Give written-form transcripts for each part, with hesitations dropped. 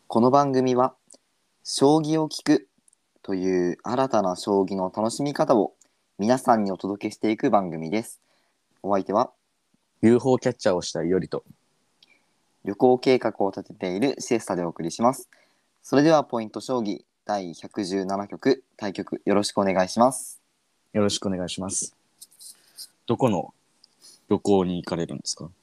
この番組は将棋を聞くという新たな将棋の楽しみ方を皆さんにお届けしていく番組です。お相手は UFO キャッチャーをしたいよりと。 旅行計画を立てているシエスタでお送りします。それではポイント将棋第117局対局よろしくお願いします。 よろしくお願いします。どこの旅行に行かれるんですか？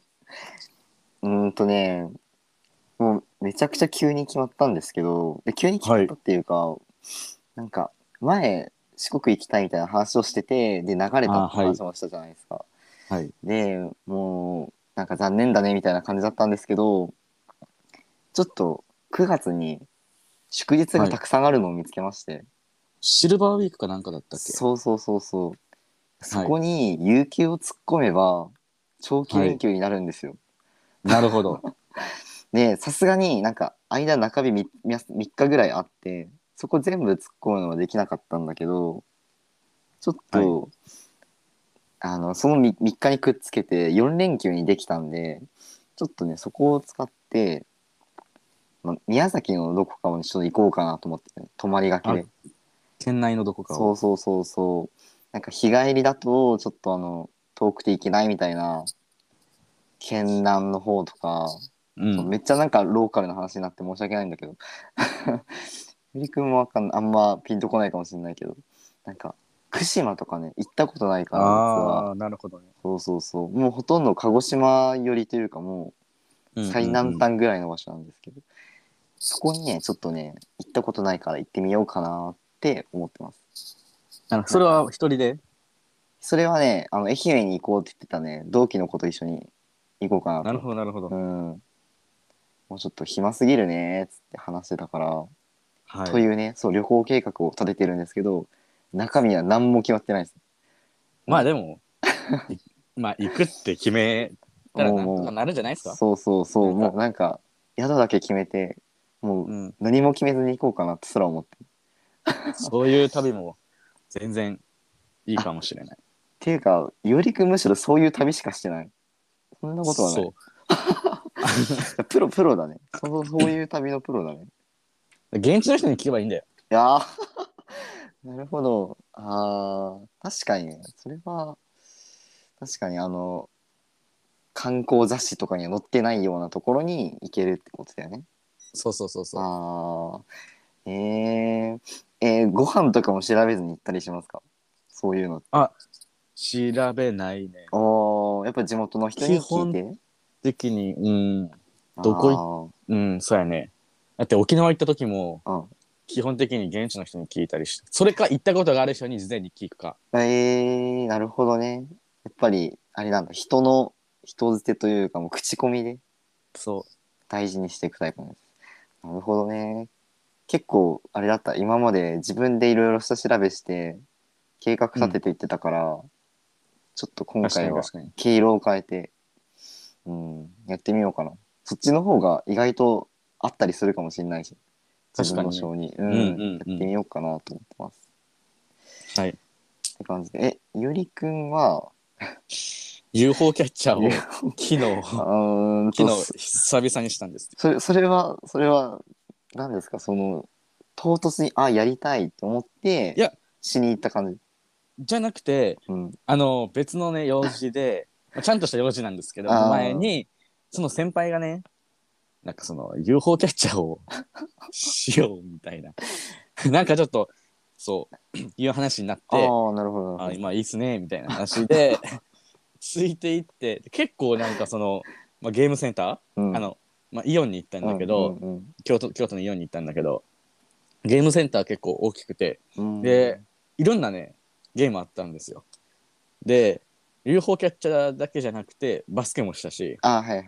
ね、もうめちゃくちゃ急に決まったんですけど、急に決まはい。 ったっていうか、なんか前四国行きたいみたいな話をしてて、で流れたってはい。 話もしたじゃないですか。 はい。 で、もう、なんか残念だねみたいな感じだったんですけど、ちょっと9月に祝日がはい。 たくさんあるのを見つけまして、 シルバーウィークかなんかだったっけ？ そうそうそうそう、そはい。 こに有給を突っ込めば、長期はい。 連休になるんですよ。 なるほど。 で、さすがになんか間中日3日ぐらいあって、そこ全部突っ込むのはできなかったんだけど、ちょっはい。 と、その3日にくっつけて4連休にできたんで、ちょっとね、そこを使って、宮崎のどこかもちょっと行こうかなと思って、ね、泊まりがけあ、 で。 県内のどこかを。 そうそうそうそう。なんか日帰りだと、ちょっと遠くて行けないみたいな、県南の方とか、そううん。 めっちゃなんかローカルな話になって申し訳ないんだけど。ゆりくんもあんまピンとこないかもしれないけど、なんか、串島とかね、行ったことないから、実は。 ああ、なるほどね。 そうそうそう。もうほとんど鹿児島寄りというか、もううん最南うんうん。 端ぐらいの場所なんですけど。そこにね、ちょっとね、行ったことないから行ってみようかなって思ってます。なんか、 それは一人で？ それはね、愛媛に行こうって言ってたね、同期の子と一緒に行こうかななるほど、 と思って。 なるほど。 うん。もうちょっと暇すぎるねーっつって話してたから、 はい。 というね、そう、旅行計画を立ててるんですけど、中身は何も決まってないです。もまあでも、いまあ行くって決めう、 たらもう、もう、 なんとかなるんじゃないですか？ そうそうそう、もなんか、 うなんか、宿だけ決めて、もううん。 何も決めずに行こうかなってすら思って。 そういう旅も全然いいあ、っかもしれない。 ていうか、よりくんむしろそういう旅しかしてない。そんなことはない。 そう。 プロだね。そういう旅のプロだね。 現地の人に聞けばいいんだよ。 いやーなるほど。確かにね。それは、確かに観光雑誌とかには載ってないようなところに行けるってことだよね。 そうそうそうそう。 あご飯とかも調べずに行ったりしますか？そういうのって。 あ、調べないね。 やっぱ地元の人に聞い基本て。 的に、どこい、 あそうやね。だって沖縄行った時も、 あ、 基本的に現地の人に聞いたりして、それか行ったことがある人に事前に聞くか。 うん。なるほどね。やっぱり、あれなんだ、人づてというかもう口コミでそ大事にしていくタイプなんです。なるほどね。結構、あれだった。今まで自分でいろいろ下調べして、計画う。うん。 立てていってたから、ちょっと今確か回はに確かに。 毛色を変えて、うん、やってみようかな。そっちの方が意外とあったりするかもしれないし、自分確かにね。 の性に、 うんやってうんうん。 みようかなと思ってます。 はい。 って感じで、ゆりくんは、 UFO キャッチャーゆを昨日、昨日す久々にしたんです。 それは、何ですか、唐突に、やりたいと思って、 いや、 しに行った感じ。 じゃなくて、 うん。 別のね、用事で、ちゃんとした用事なんですけど、の前あに、その先輩がね、なんかその UFO キャッチャーをしようみたいな。なんかちょっと、そう、いう話になって、 なるほど、なるほど。 まあいいっすね、みたいな話で、ついていって、結構なんかゲームセンターうん。 イオンに行ったんうんうんだけど、 うん。 京都のイオンに行ったんだけど、ゲームセンター結構大きくて、 うで、 ん。 いろんなね、ゲームあったんですよ。で、UFO キャッチャーだけじゃなくて、バスケもしたし、 はいはい。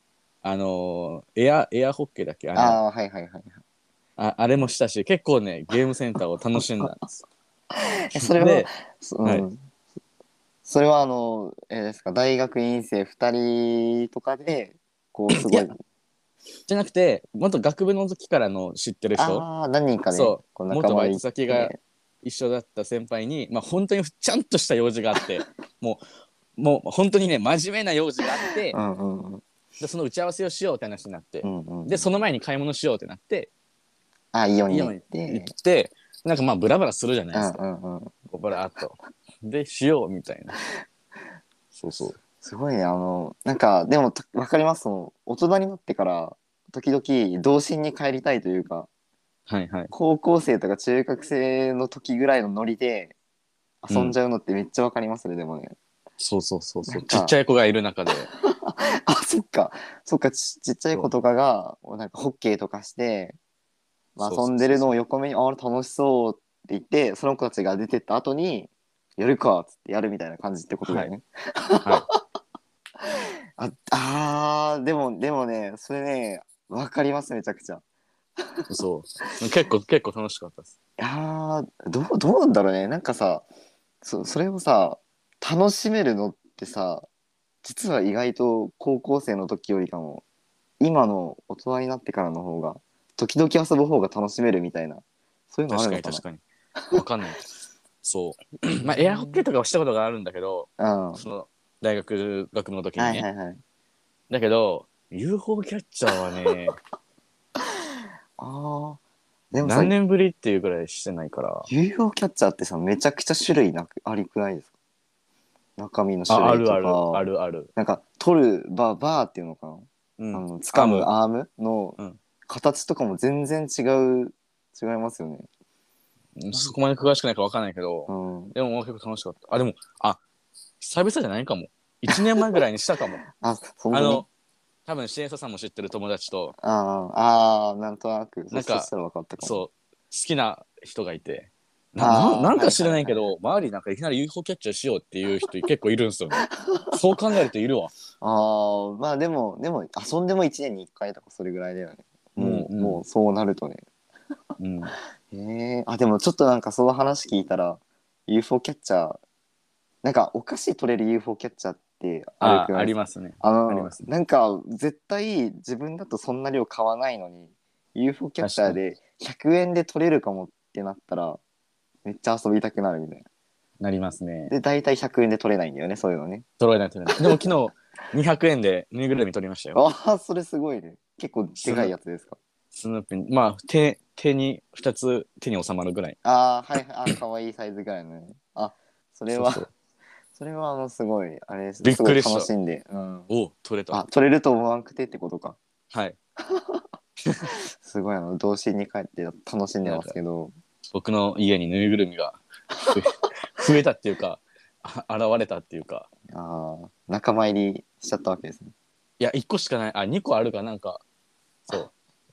エアホッケーだっけはいはいはい。 あれもしたし、結構ね、ゲームセンターを楽しんだんです。 それは、 で、はい。 うん。それはですか、大学院生2人とかで、こう、すごい、 いや、じゃなくて、元学部の時からの知ってる人、 何人かね、 そう、 こう仲元バイト間で行っ先がて、 一緒だった先輩に、本当にちゃんとした用事があって、ももう本当にね、真面目な用事があって、 うんうんうん。 でその打ち合わせをしようって話になって、 うんうん、 でその前に買い物しようってなって、 イオンにイオン行って、 行ってなんかまあブラブラするじゃないうんですか、 うんうん、 こうブラーっとでしようみたいな。そうそう。 すごいね、なんかでもわかります。その大人になってから時々童心に帰りたいというか、 はいはい。 高校生とか中学生の時ぐらいのノリで遊んうん。 じゃうのってめっちゃわかりますね。でもね、 そうそうそうそう。ちっちなんかゃい子がいる中で。 そっか、そっか、ちっちゃいそう子とかがなんかホッケーとかして、まあ、 そう遊んでるのそうそうそう。 を横目に、あれ楽しそうって言って、その子たちが出てった後に、やるかっつってやるみたいな感じってことだはいよね。 はい。 でもね、それね、わかります、めちゃくちゃ。 そう。結構楽しかったです。 いやどうなんだろうね。なんかさ、それをさ、楽しめるのってさ、実は意外と高校生の時よりかも、今の大人になってからの方が、時々遊ぶ方が楽しめるみたいな、そういうのあ確るのかな。 かに確かに。わかんない。そう。まあエアホッケーとかはしたことがあるんだけど、 うん。はその大学学部の時いはにね。 いはい。 だけど UFO キャッチャーはね、 ああ。でもさ、 何年ぶりっていうぐらいしてないから。 UFO キャッチャーってさ、めちゃくちゃ種類ありくないですか？中身の種あ、あ類とるあるあか、 るある。 なんか、取るバーっていうのかな、 うん。 掴アーム。 むアームのうん。 形とかも全然違いますよね。 そこまで詳しくないかわかんないけど、 うん。 でも結構楽しかった。あ、でも、久々じゃないかも。1年前ぐらいにしたかも。 本当に。 あの、多分、シエサさんも知ってる友達と、 なんとなく、 なんか、 そしたら分かったかも。 そう、好きな人がいて、なんはいか知らはいはいはい。 ないけど、周りなんかいきなり UFO キャッチャーしようっていう人結構いるんですよね。そう考えるといるわ。 まあでも、遊んでも1年に1回とかそれぐらいだよね。 うんもうそうなるとね。 うん。うん。 へえ、でもちょっとなんかその話聞いたら、UFO キャッチャー、なんかお菓子取れる UFO キャッチャーってあるくないあですか？ りますね。ありますね。 なんか絶対自分だとそんな量買わないのに、UFO キャッチ確かに。 ャーで100円で取れるかもってなったら、めっちゃ遊びたくなるみたいな。 なりますね。 で、大体100円で取れないんだよね、そういうのね。 取れない。でも昨日200円でぬいぐるみ取りましたよ。 それすごいね。結構でかいスヌ、 やつですか？ スヌーピー、まあ、手に、2つ手に収まるぐらい。 はいはい、かわいいサイズぐらいのね。それは、 そうそう。 それはすごい、あれですね、 びっすごいくりした。 楽しんで、うん。 取れた。 取れると思わなくてってことか。 はい。 すごい童心に帰って楽しんでなんか、 ますけど。 僕の家にぬいぐるみが増え増えたっていうか、現れたっていうか、 仲間入りしちゃったわけですね。 いや、1個しかない、2個あるかなんか、そう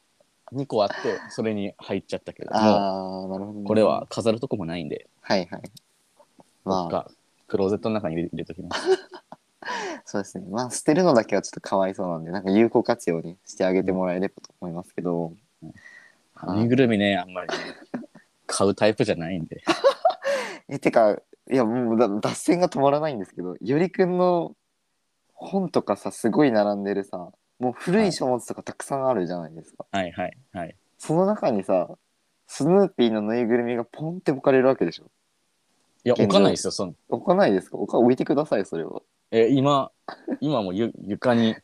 、2個あって、それに入っちゃったけど、もう、 なるほどこれね。 は飾るとこもないんで、 はいはい。まどっか、クローゼットの中に入れときます。 そうですね。まあ、捨てるのだけはちょっとかわいそうなんで、なんか有効活用にしてあげてもらえればと思いますけど。 ぬいぐるみね、あんまりね、買うタイプじゃないんで。 てか、いや、もう脱線が止まらないんですけど、よりくんの本とかさ、すごい並んでるさ、もう古はい。 い書物とかたくさんあるじゃないですか。 はいはいはい。 その中にさ、スヌーピーのぬいぐるみがポンって置かれるわけでしょ。 いや、置現状。 かないですよ、 置かないですか？置いてください、それは。 今も床に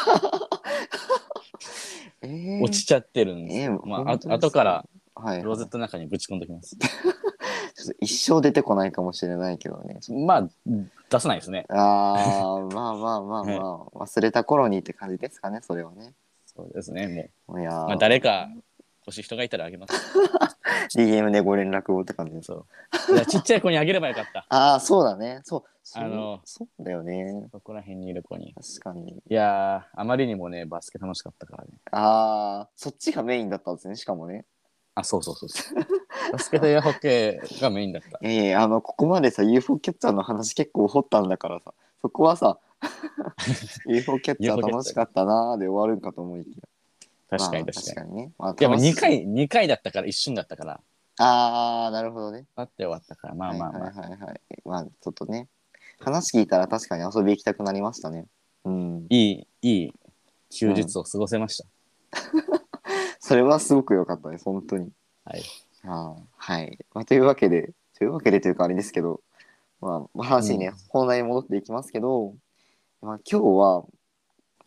えー、 落ちちゃってるんですけど、まあ、 本当ですか？ 後からクローゼッはいはい。 トの中にぶち込んできます。 ちょっと一生出てこないかもしれないけどね。 まあ、出さないですね。 まあまあまあはい。 まあ、忘れた頃にって感じですかね、それはね。 そうですね、もいやう。まあ、誰ー、 か欲しい人がいたらあげます。 DM でご連絡をって感じですか？ そう。ちっちゃい子にあげればよかった。 そうだね。 あの、 そうだよね。 そこら辺にいる子に。 確かに。 いやー、あまりにもね、バスケ楽しかったからね。 そっちがメインだったんですね、しかもね。 そうそうそうそう。バスケとエアホッケーがメインだった。 ここまでさ、UFO キャッチャーの話結構掘ったんだからさ、そこはさ、UFO キャッチャ UFO ーキャッチャー。 楽しかったなーで終わるんかと思いきや。 確かまあ、 に確かに。 確かにね。まあ、 いや、もう楽しい。 2回だったから、一瞬だったから、 なるほどね。 あって終わったから、まあはいはいまあまあ。 はいはい。まあ、ちょっとね、話聞いたら確かに遊び行きたくなりましたね。うん。 いい休うん。 日を過ごせました。 それはすごく良かったです、本当に。 はい。 はい。というかあれですけど、話にね、 うん。 本題に戻っていきますけど、今日は、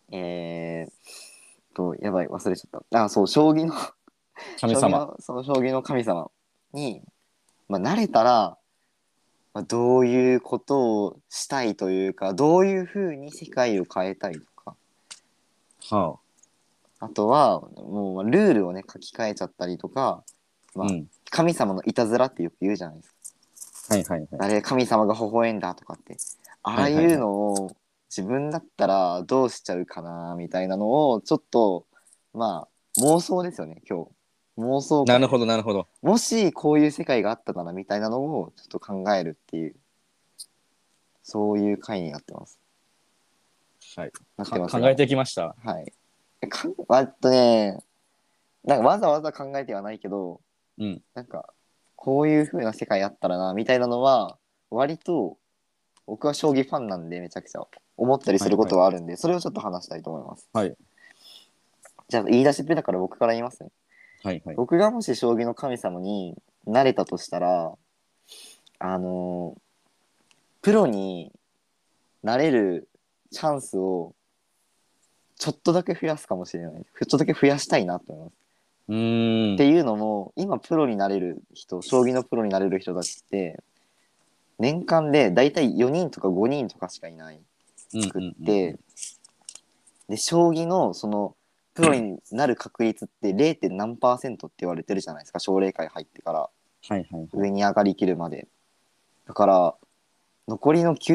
やばい、忘れちゃった。あ、そう、将棋の神様。 将棋の神様に、まあ、慣れたら、まあ、どういうことをしたいというか、どういうふうに世界を変えたいとか、 はあとは、もうルールをね、書き換えちゃったりとか、 あ。 まあ、 うん。 神様のいたずらってよく言うじゃないですか。 はいはいはい。 神様が微笑んだとかって。ああいうはいはいはい。 のを自分だったらどうしちゃうかな、みたいなのを、ちょっと、まあ、妄想ですよね、今日。妄想なるほ会です。 どなるほど。 もしこういう世界があったならみたいなのをちょっと考えるっていう、そういう回になってます。 はい。 なってますが。 考えてきました。 はい。ね、なんかわざわざ考えてはないけど、 うん。 なんか、こういう風な世界あったらな、みたいなのは、割と、僕は将棋ファンなんでめちゃくちゃ思ったりするこはいはい。 とはあるんで、それをちょっと話したいと思います。 はいじゃあ、言い出しっぺだから僕から言いますね。 はいはい。 僕がもし将棋の神様になれたとしたら、あのプロになれるチャンスをちょっとだけ増やすかもしれない。ちょっとだけ増やしたいなと思います。っうーん。 ていうのも、今プロになれる人、将棋のプロになれる人たちって、年間でだいたい4人とか5人とかしかいないくっうんうんうんうん。 て、で、将棋のその、プロになる確率って 0. 何パーセントって言われてるじゃないですか、奨励会入ってからはいはいはい。 上に上がりきるまで。だから、残りの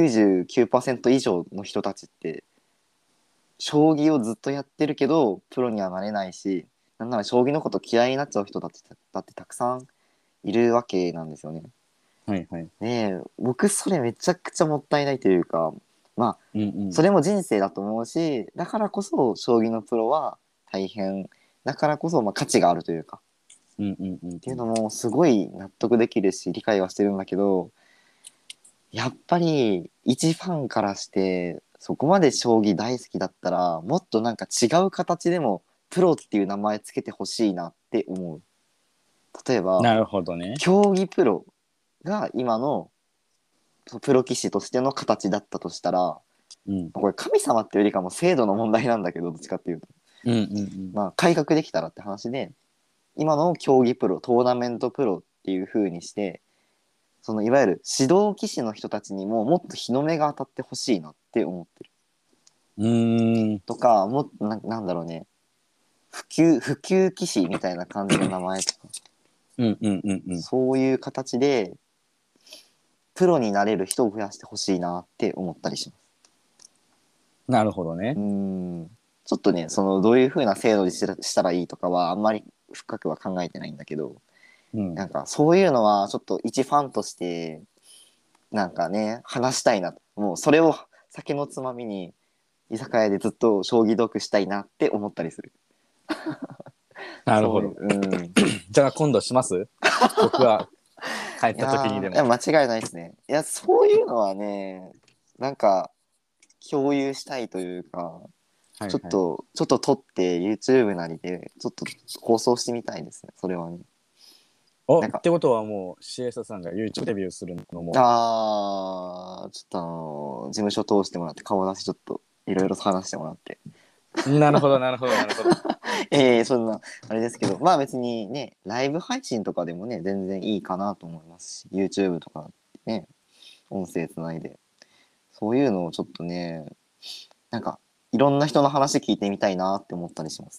99%以上の人たちって、将棋をずっとやってるけど、プロにはなれないし、なんなら将棋のこと嫌いになっちゃう人たちだってたくさんいるわけなんですよね。 はいはい。 ねえ、僕それめちゃくちゃもったいないというか、まあ、 うんうん。 それも人生だと思うし、だからこそ将棋のプロは大変、だからこそまあ価値があるというか、 うんうんうんっていううん。 のもすごい納得できるし、理解はしてるんだけど、やっぱり一ファンからしてそこまで将棋大好きだったらもっとなんか違う形でもプロっていう名前つけてほしいなって思う。例えばなるほどね。 競技プロが今のプロ棋士としての形だったとしたら、 うん。 これ神様っていうよりかも制度の問題なんだけど、どっちかっていうとうんうんうん。 まあ改革できたらって話で、今の競技プロトーナメントプロっていう風にして、そのいわゆる指導棋士の人たちにももっと日の目が当たってほしいなって思ってる。 うーん。 とか、もっとなんだろうね、普及棋士みたいな感じの名前とか、 うんうんうんうん。 そういう形でプロになれる人を増やしてほしいなって思ったりします。 なるほどね。 ちょっとね、そのどういう風な制度にしたらいいとかはあんまり深くは考えてないんだけど、 うん。 なんかそういうのはちょっと一ファンとしてなんかね、話したいなと。もうそれを酒のつまみに居酒屋でずっと将棋トークしたいなって思ったりする。 なるほど。 そういう、 じゃあ今度します？僕は帰った時にでも。 間違いないですね。いや、そういうのはね、なんか共有したいというか、 はいはい。 ちょっと撮って YouTube なりで、ちょっと放送してみたいですね。それはね。 お、 なんか、 ってことはもうシエサさんが YouTube デビューするのも。 ちょっと事務所通してもらって、顔出しちょっといろいろ話してもらって。 なるほどなるほどなるほど。 そんな、あれですけど、まあ別にね、ライブ配信とかでもね、全然いいかなと思いますし、YouTube とかね、音声つないで、そういうのをちょっとね、なんか、いろんな人の話聞いてみたいなって思ったりします。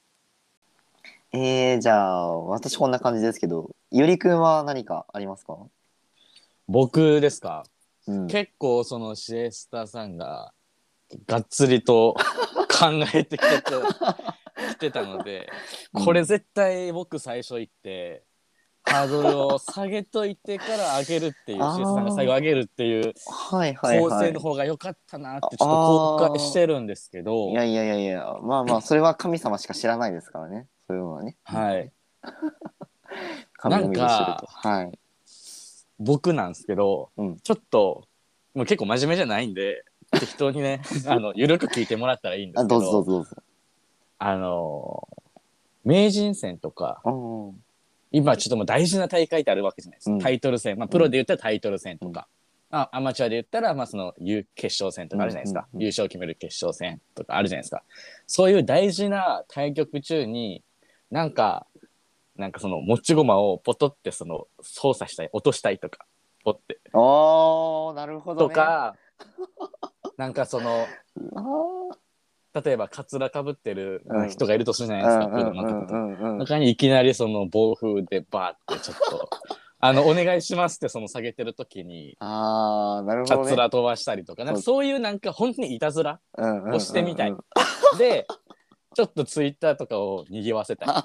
じゃあ、私こんな感じですけど、ゆりくんは何かありますか？ 僕ですか？ うん。 結構そのシエスタさんががっつりと考えてきてたので、これうん。 絶対僕最初言ってハードルを下げといてから上げるっていう、シエスタさんが最後上げるっていうはいはい構はい。 成の方が良かったなってちょっと後悔しあてるんですけど、 いやいやいやいや、まあまあ、それは神様しか知らないですからね。そういうのはね。本当ね。 はい。なん神のみぞ知ると。 かはい。 僕なんですけど、 うん。 ちょっともう結構真面目じゃないんで適当にねゆるく聞いてもらったらいいんであ、どうぞどうすけど、 ぞどうぞ。 あの名人戦とかうん。うん。 今ちょっともう大事な大会ってあるわけじゃないですか。タイトル戦、まあプロで言ったらタイトル戦とか、 アマチュアで言ったら、まあ、その決勝戦とかあるじゃないですか、 うんうんうん優勝を決める決勝戦とかあるじゃないですか。そういう大事な対局中になんかその持ち駒をポトってその操作したい落としたいとかポって、 おー、なるほどね。 とかそのあー、 例えばカツラかぶってるうん。 人がいるとするじゃないうですか、 んうんうプロの方。 んうんうん。 中にいきなりその暴風でバーってちょっとお願いしますってその下げてる時にあー、なるほカどね。 ツラ飛ばしたりとか、 そう。 そういう本当にいたずらをうんうんしてみたい。 うんうん。 で、ちょっとツイッターとかを賑わせたい。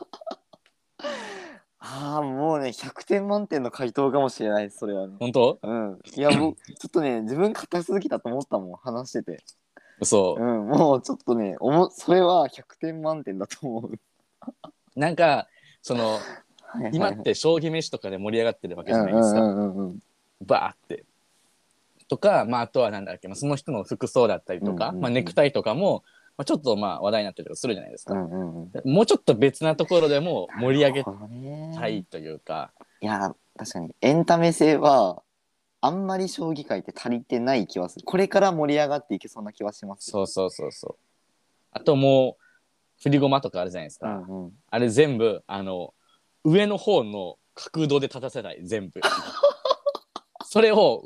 ああ、もうね、100点満点の回答かもしれないです、それはね。 本当？ うん。いや、僕、ちょっとね、自分硬すぎたと思ったもん、話してて。 そうん、もうちょっとね、それは100点満点だと思う。 う。なんか、その、 はいはいはい。 今って将棋飯とかで盛り上がってるわけじゃうんうんうないですか。 んうんうん。 バーって。とか、まあ、あとはなんだっけ、まあ、その人の服装だったりうんとか、まあ、 うんうん。 ネクタイとかも、まあ、ちょっとまあ話題になってるとかするじゃないですか。 うんうんうん。 もうちょっと別なところでもなる盛り上げほどね。 たいというか、 いや、確かに、エンタメ性は、あんまり将棋界って足りてない気はする。これから盛り上がっていけそうな気はします。 そうそうそうそう。あともう、振り駒とかあるじゃないですか。 うんうん。 あれ全部、上の方の角度で立たせたい、全部。それを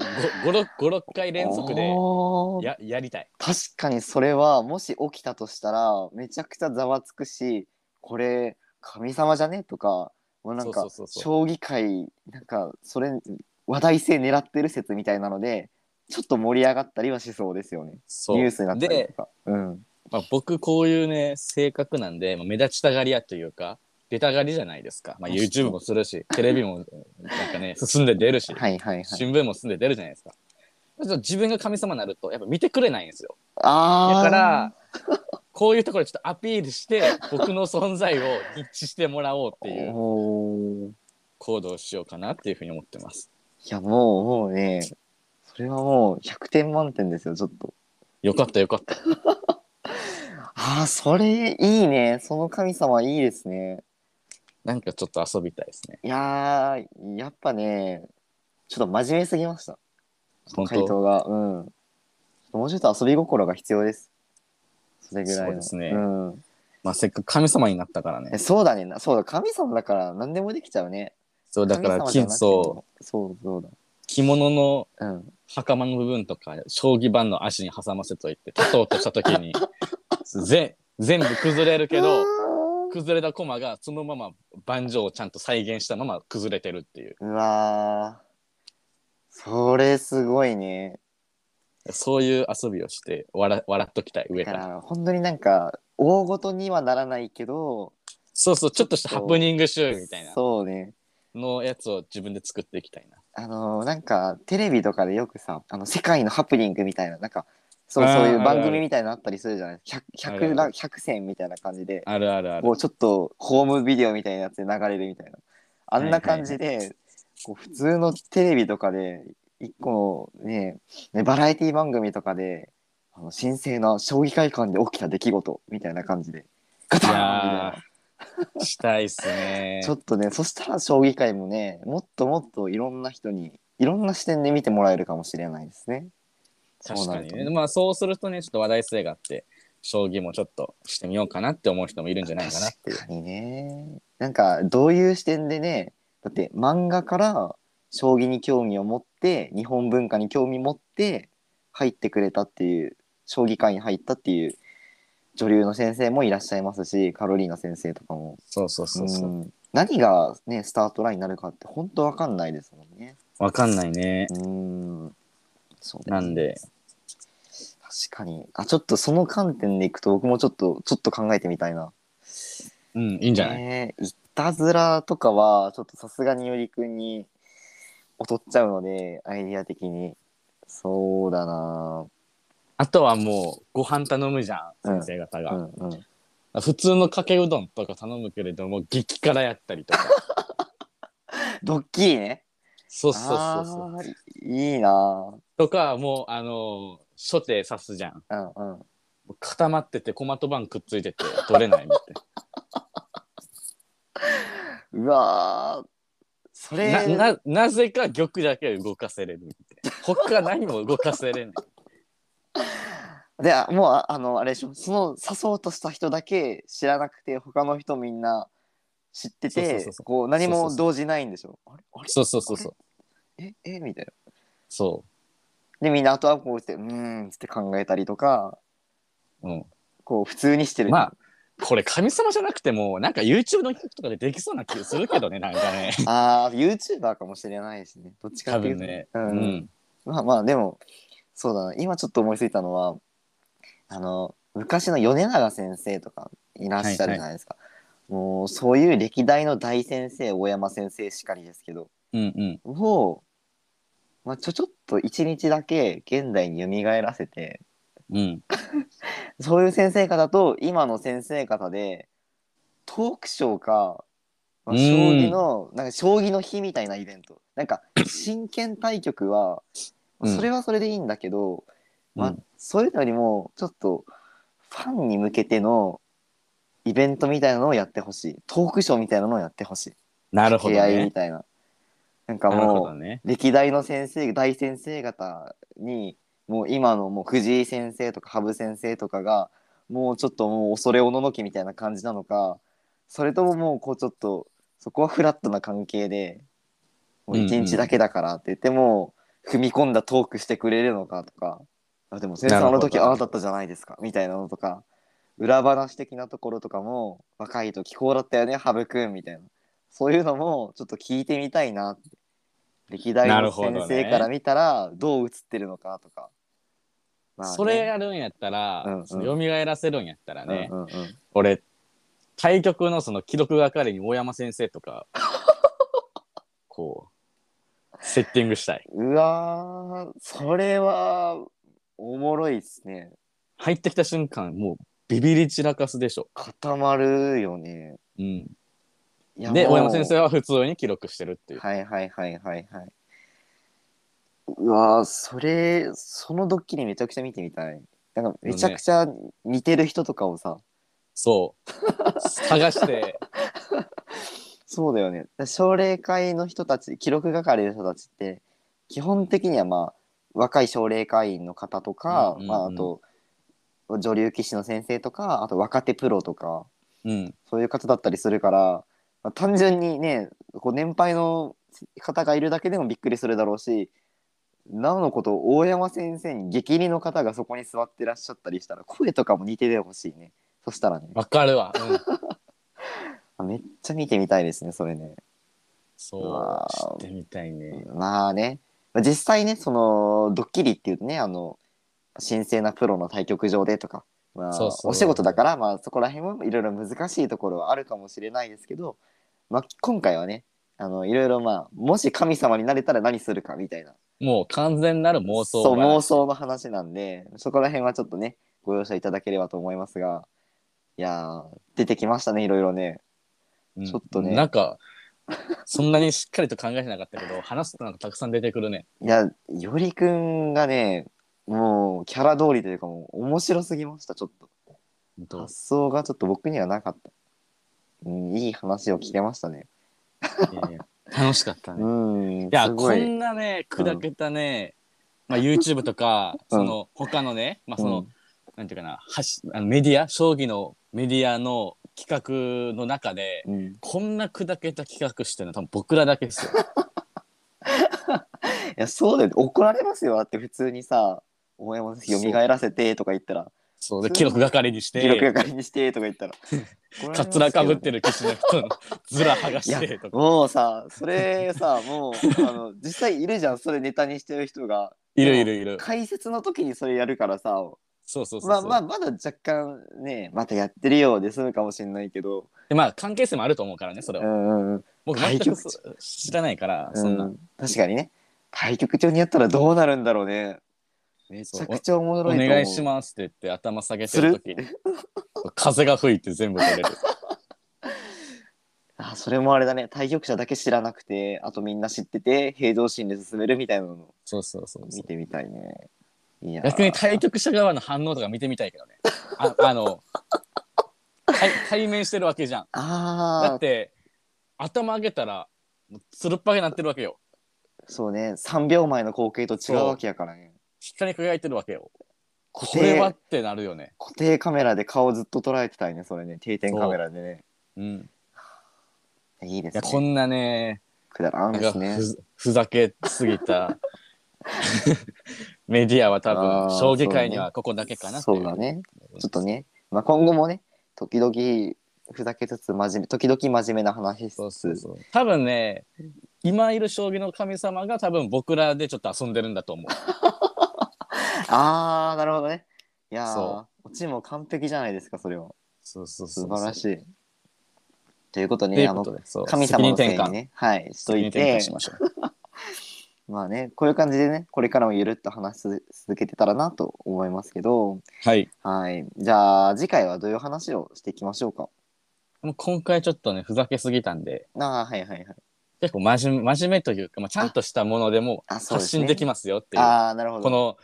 5、6回連続でおー、 やりたい。 確かにそれはもし起きたとしたらめちゃくちゃざわつくし、これ神様じゃねとか、もうなんそうそかうそうそう。 将棋界なんかそれ話題性狙ってる説みたいなのでちょっと盛り上がったりはしそうですよね。ニューそスになう。で、 ったりとか。うん。 まあ、僕こういうね、性格なんで、まあ目立ちたがり屋というか、出たがりじゃないですか。まあ、YouTube もするし、テレビもなんかね、進んで出るし、 はいはいはい。 新聞も進んで出るじゃないですか。ちょっと自分が神様になると、やっぱ見てくれないんですよ。だかあら、こういうところでちょっとアピールして、僕の存在を認知してもらおうっー、 ていうおー、 行動をしようかなっていうふうに思ってます。 いやもうね、それはもう100点満点ですよ、ちょっと。 よかったよかった。 ああ、それいいね。その神様いいですね。 なんかちょっと遊びたいですね。 いやー、やっぱね、ちょっと真面目すぎました。 本当？ 回答が。うん。もうちょっと遊び心が必要です。それぐらそういの。 ですね。 うん。 まあせっかく神様になったからね。 そうだね。そうだ。神様だから何でもできちゃうね。 そう、だから神様じゃなくても。そうそうだ。 着物のうん。 袴の部分とか、将棋盤の足に挟ませといて、立とうとした時に、全部崩れるけど、崩れた駒がそのまま盤上をちゃんと再現したまま崩れてるっていう。 うわー。それすごいね。 そういう遊びをして笑っときたい、上から。 だから本当になんか大ごとにはならないけど、 そうそう、ちちょっょっとしたハプと、 ニング集みたいなそうね。 のやつを自分で作っていきたいな。 なんかテレビとかでよくさ、世界のハプニングみたいな、なんかそういうああ、ある番組ある。 みたいなのあったりするじゃない。100選みたいな感じで、 あるあるある。 こうちょっとホームビデオみたいなやつで流れるみたいな。あんはいな感はいはい。 じで、こう普通のテレビとかで、一個のね、バラエティ番組とかで、神聖な将棋会館で起きた出来事みたいな感じで、ガタいーンみたいやな。 ー、したいっすね。 ちょっとね、そしたら将棋界もね、もっともっといろんな人に、いろんな視点で見てもらえるかもしれないですね。そう確かにね。 なるとね。 まあそうするとね、ちょっと話題性があって、将棋もちょっとしてみようかなって思う人もいるんじゃないかなっていう。 確かにね。なんか、どういう視点でね、だって漫画から将棋に興味を持って、日本文化に興味持って入ってくれたっていう、将棋界に入ったっていう女流の先生もいらっしゃいますし、カロリーナ先生とかも。 そうそうそうそう。 何がね、スタートラインになるかって本当わかんないですもんね。 わかんないね。 そうだよね。 なんで、 確かに。ちょっとその観点でいくと僕もちょっと考えてみたいな。 うん、いいんじゃない？ いたずらとかはちょっとさすがによりくんに劣っちゃうので、アイディア的に。そうだな。 あとはもう、ご飯頼むじゃん、 うん、 先生方が。 うん、うん。 普通のかけうどんとか頼むけれども、激辛やったりとか。 ドッキリね。 そうそうそうそう。 いいな。 とか、もう、初手刺すじゃん。 うん、うん。 固まってて、駒と盤くっついてて、取れないみたいうわー、それ、 なぜか玉だけ動かせれるみたいな。 他何も動かせれんねん。 で、もうあれでしょ、その誘おうとした人だけ知らなくて他の人みんな知ってて、 そうそうそうそう。 こう何そうそうそう。 も動じないんでしょ。あれあれそうそうそあれうそう。 みたいな。 そでみんなあとはこうしてつって考えたりとか、 う。うん。 こう普通にしてる。 まあ、これ神様じゃなくても、なんか YouTube の企画とかでできそうな気がするけどね、なんかね。 ああ、YouTuber かもしれないですね。どっちかっていうとね。 多分ね。 うんうん。 うん。 まあまあ、でも、そうだな。今ちょっと思いついたのは、昔の米長先生とかいらっしゃるはいはい。 じゃないですか。もう、そういう歴代の大先生、大山先生しかりですけど、 うんうん。 を、まあ、ちょっと一日だけ現代に蘇らせて、 うん。 そういう先生方と今の先生方で、トークショーか、まうあ、将棋ーん。 の、なんか将棋の日みたいなイベント。なんか、真剣対局は、 うん。 それはそれでいいんだけど、まあ、 うん。 そういうのよりも、ちょっと、ファンに向けてのイベントみたいなのをやってほしい。トークショーみたいなのをやってほしい。 なる掛け合いみほどね。 たいな。なんかなるほどもね。 う、歴代の先生、大先生方に、もう今のもう藤井先生とか羽生先生とかが、もうちょっともう恐れおののきみたいな感じなのか、それとももうこうちょっと、そこはフラットな関係で、もううんうん。 一日だけだからって言っても、踏み込んだトークしてくれるのかとか、あ、でも先な生あのるほど。 時ああだったじゃないですか、みたいなのとか、裏話的なところとかも、若い時こうだったよね、羽生くんみたいな。そういうのもちょっと聞いてみたいなって。歴代のなるほ先生からどね。 見たらどう映ってるのかとか。まあそれね。 やるんやったうら、そのんうん。 蘇らせるんやったらうんね、 うんうん。 俺、対局のその記録係に大山先生とか、こう、セッティングしたい。 うわー、それはおもろいっすね。 入ってきた瞬間、もうビビり散らかすでしょ。 固まるよね。 うん。 いやで、大山先もう、 生は普通に記録してるっていう。 はいはいはいはいはい。うわー、そのドッキリめちゃくちゃ見てみたい。なんかめのね、 ちゃくちゃ似てる人とかをさ、 そう、探して、 そうだよね。奨励会の人たち、記録係の人たちって、基本的にはまあ、若い奨励会員の方とか、 うんうんまあ、あと、女流棋士の先生とか、あと若手プロとか、 うん。うん。 そういう方だったりするから、まあ単純にね、こう年配の方がいるだけでもびっくりするだろうし、なおのこと大山先生に激似の方がそこに座ってらっしゃったりしたら、声とかも似ててほしいね。そしたらね、 わかるわ。うん。 めっちゃ見てみたいですね、それね。うそう、知っわてみたいね。 まあね、実際ね、そのドッキリっていうとね、神聖なプロの対局場でとか、まあ、 そうそお仕事だう。 から、まあ、そこら辺はいろいろ難しいところはあるかもしれないですけど、まあ、今回はね、いろいろまあ、もし神様になれたら何するかみたいな、 もう完全なる妄そう、 想妄話。 想の話なんで、そこら辺はちょっとね、ご容赦いただければと思いますが、いやー、出てきましたね、いろいろね。ちょうん。 っとね、 なんか、そんなにしっかりと考えてなかったけど、話すとなんかたくさん出てくるね。 いや、よりくんがね、もう、キャラ通りというかもう、面白すぎました、ちょっと。 ほんと。 発想がちょっと僕にはなかった。うん、いい話を聞けましたね。 いやいや、楽しかったね。いや、 すごい。 こんなね、 うん、 砕けたね、まあ、YouTube とか、 うん、 その他のね、まあ、その、 うん、 なんていうかな、メディア、将棋のメディアの企画の中で、 うん。 こんな砕けた企画してるの多分僕らだけですよ。 いや、そうだよね。怒られますよ。だって普通にさ、大山先生そう。 蘇らせてとか言ったら、 そうで、記普通に録係にし記録て、 係にしてとか言ったら、怒らカれツラかぶってますけどね。 る騎士の人のズラ剥がいや、 してとか。 もうさ、それさ、もう、実際いるじゃん。それネタにしてる人が。 いでも、 るいるいる。 解説の時にそれやるからさ、 そうそうそうまあまあ、 そう。 まだ若干ね、またやってるようで済むかもしれないけど、 で、まあ、関係性もあると思うからね、それうは。 んうんうん。 僕全く対局中、 知らないから、そんな。 うん、確かにね。対局中にやったらどうなるんだろうね。めちゃくそう、 ちゃおもろいとお願いし思う。 ますって言って頭下げてするる時に、風が吹いて全部取れる。 あ、それもあれだね。対局者だけ知らなくて、あとみんな知ってて、平常心で進めるみたいなのをそうそうそうそう。 見てみたいね。いや逆に対ー、 局者側の反応とか見てみたいけどね。あの、対面してるわけじゃん。だっあて、頭上げたら、もうつるっぱげになってるわけよ。 そうね、3秒前の光景と違うわけやからね。 光り輝いてるわけよ。 固これはっ定、 てなるよね。 固定カメラで顔ずっと捉えてたいね、それね。定点カメそラでね。 う。うん。いや、 いいですね。 こんなね、 くだらんなんかですね。 ふざけすぎたメディアは多分、 ああ、 将棋そうだね。 界にはここだけかなというふうにそうだね。 思います。 ちょっとね、まあ、今後もね、時々ふざけつつ時々真面目な話しつそうそうつ、 そう。多分ね、今いる将棋の神様が多分僕らでちょっと遊んでるんだと思う。 ああ、なるほどね。いやそう。 ー、オチも完璧じゃないですか、それは。 そうそう素そうそう。 晴らしい。ということでね、 ということで、そう、責神様の任転換。 せいにね、はい、しと責任転換いて、 しましょう。 まあね、こういう感じでね、これからもゆるっと話し続けてたらなと思いますけど、 はい。 はい。じゃあ、次回はどういう話をしていきましょうか。 もう今回ちょっとね、ふざけすぎたんで、 ああ、はいはいはい。 結構真面目というか、まあ、ちゃんあ、 としたものでもそうですね。 発信できますよっていう、 ああ、なるほど。 この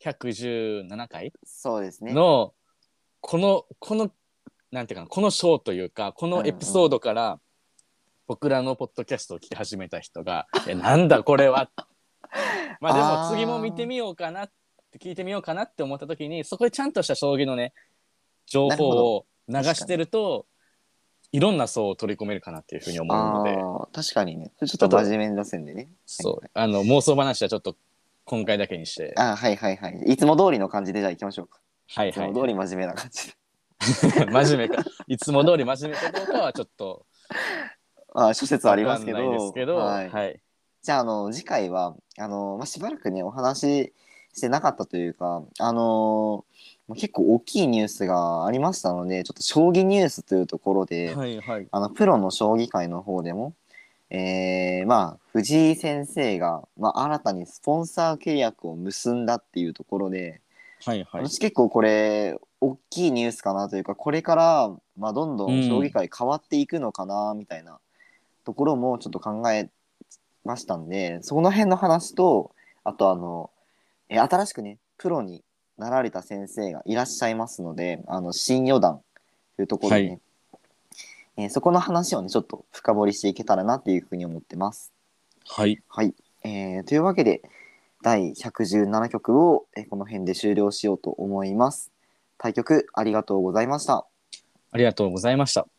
117回そうですね。 の、この、なんていうかな、この章というか、こうんのエピソーうん。 ドから僕らのポッドキャストを聞き始めた人が、なんだこれは。まあでも次も見てああ、 みようかなって聞いてみようかなって思った時に、そこでちゃんとした将棋のね、情なるほど。 報を流し確かに。 てると、いろんな層を取り込めるかなっていうふうに思うので、 ああ、確かにね。ちょっとちょっと、 真面目な線でね。はいそう、妄想話はちょっと今回だけにして、 ああ、はいはいはい。いつも通りの感じでじゃあ行きましょうか。 はいつも通りいはいはい。 真面目な感じで。 真面目か、いつも通り真面目かどうかはちょっとああ、諸説あわりますかんないですけど、 けど、 はい。 はい。 じゃあ、次回は、まあ、しばらくね、お話ししてなかったというか、まあ結構大きいニュースがありましたので、ちょっと将棋ニュースというところで、 はいはい。 プロの将棋界の方でも、まあ、藤井先生が、まあ、新たにスポンサー契約を結んだっていうところで、 はいはい。 私結構これ、大きいニュースかなというか、これから、まあ、どんうどん将棋ん。 界変わっていくのかな、みたいなところもちょっと考えましたんで、その辺の話と、あと新しくね、プロになられた先生がいらっしゃいますので、新四段というところはい。 でね、そこの話をね、ちょっと深掘りしていけたらなっていうふうに思ってます。 はい。 はい。というわけで、第117局を、この辺で終了しようと思います。対局ありがとうございました。 ありがとうございました。